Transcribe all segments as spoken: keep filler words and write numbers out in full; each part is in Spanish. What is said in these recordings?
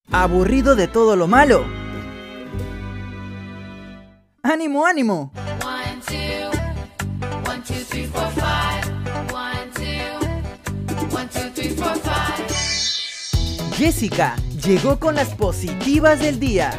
¿Aburrido de todo lo malo? ¡Ánimo, ánimo! One, two, one, two, three, four, five. One, two, one, two, three, four, five. Jessica llegó con las positivas del día.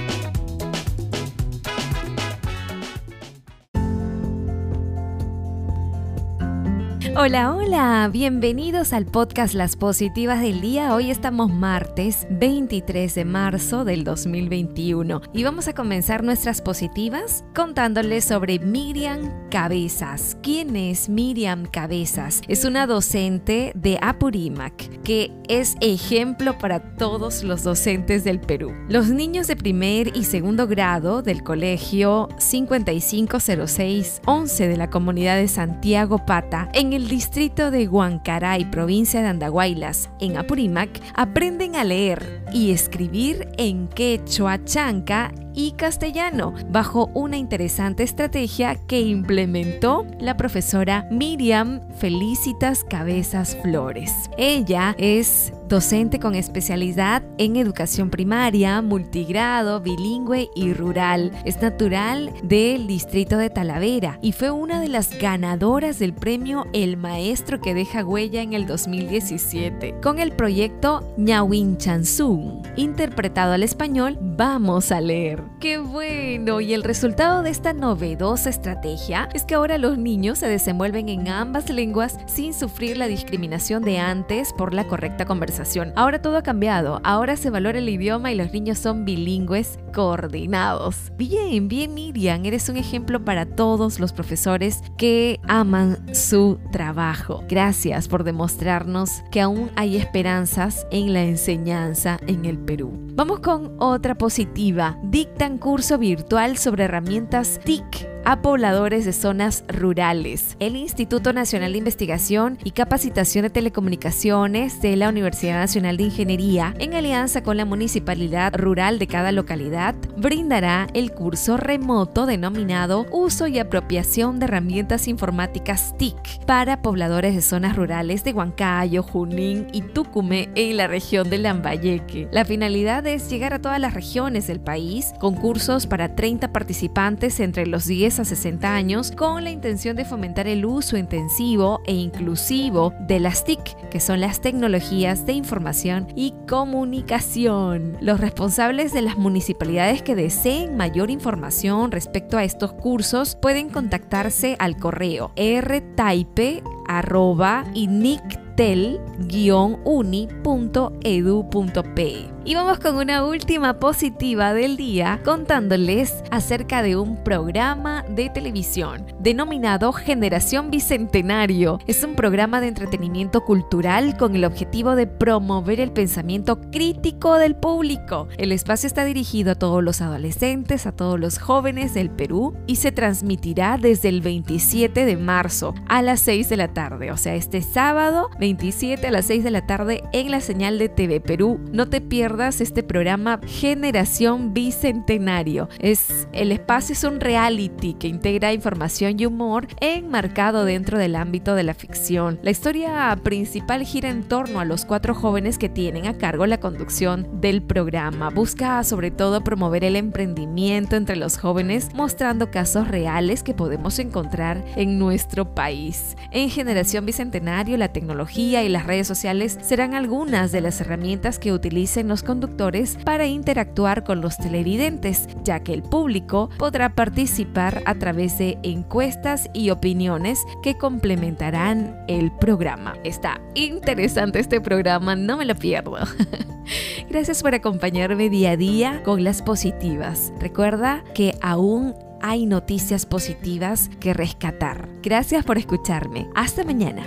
Hola, hola, bienvenidos al podcast Las Positivas del Día. Hoy estamos martes veintitrés de marzo del dos mil veintiuno y vamos a comenzar nuestras positivas contándoles sobre Miriam Cabezas. ¿Quién es Miriam Cabezas? Es una docente de Apurímac que es ejemplo para todos los docentes del Perú. Los niños de primer y segundo grado del colegio cincuenta y cinco cero seis once de la comunidad de Santiago Pata en el distrito de Huancaray, provincia de Andahuaylas, en Apurímac, aprenden a leer y escribir en quechua, chanca y castellano, bajo una interesante estrategia que implementó la profesora Miriam Felicitas Cabezas Flores. Ella es docente con especialidad en educación primaria, multigrado, bilingüe y rural. Es natural del distrito de Talavera y fue una de las ganadoras del premio El Maestro que deja huella en el dos mil diecisiete con el proyecto Ñawinchansún, interpretado al español Vamos a leer. ¡Qué bueno! Y el resultado de esta novedosa estrategia es que ahora los niños se desenvuelven en ambas lenguas sin sufrir la discriminación de antes por la correcta conversación. Ahora todo ha cambiado, ahora se valora el idioma y los niños son bilingües coordinados. Bien, bien Miriam, eres un ejemplo para todos los profesores que aman su trabajo. Gracias por demostrarnos que aún hay esperanzas en la enseñanza en el Perú. Vamos con otra positiva. Dictan curso virtual sobre herramientas T I C a pobladores de zonas rurales. El Instituto Nacional de Investigación y Capacitación de Telecomunicaciones de la Universidad Nacional de Ingeniería, en alianza con la Municipalidad Rural de cada localidad, brindará el curso remoto denominado Uso y Apropiación de Herramientas Informáticas T I C para pobladores de zonas rurales de Huancayo, Junín y Tucumé en la región de Lambayeque. La finalidad es llegar a todas las regiones del país con cursos para treinta participantes entre los diez a sesenta años, con la intención de fomentar el uso intensivo e inclusivo de las T I C, que son las tecnologías de información y comunicación. Los responsables de las municipalidades que deseen mayor información respecto a estos cursos pueden contactarse al correo rtaipe arroba inictel guion uni punto edu punto pe. Y vamos con una última positiva del día contándoles acerca de un programa de televisión denominado Generación Bicentenario. Es un programa de entretenimiento cultural con el objetivo de promover el pensamiento crítico del público. El espacio está dirigido a todos los adolescentes, a todos los jóvenes del Perú y se transmitirá desde el veintisiete de marzo a las seis de la tarde, o sea, este sábado veintisiete a las seis de la tarde en la señal de T V Perú. No te pierdas este programa Generación Bicentenario. Es, el espacio es un reality que integra información y humor enmarcado dentro del ámbito de la ficción. La historia principal gira en torno a los cuatro jóvenes que tienen a cargo la conducción del programa. Busca sobre todo promover el emprendimiento entre los jóvenes, mostrando casos reales que podemos encontrar en nuestro país. En Generación Bicentenario, la tecnología y las redes sociales serán algunas de las herramientas que utilicen los conductores para interactuar con los televidentes, ya que el público podrá participar a través de encuestas y opiniones que complementarán el programa. Está interesante este programa, no me lo pierdo. Gracias por acompañarme día a día con las positivas. Recuerda que aún hay noticias positivas que rescatar. Gracias por escucharme. Hasta mañana.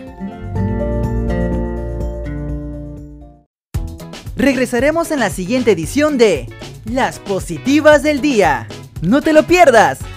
Regresaremos en la siguiente edición de Las Positivas del Día. ¡No te lo pierdas!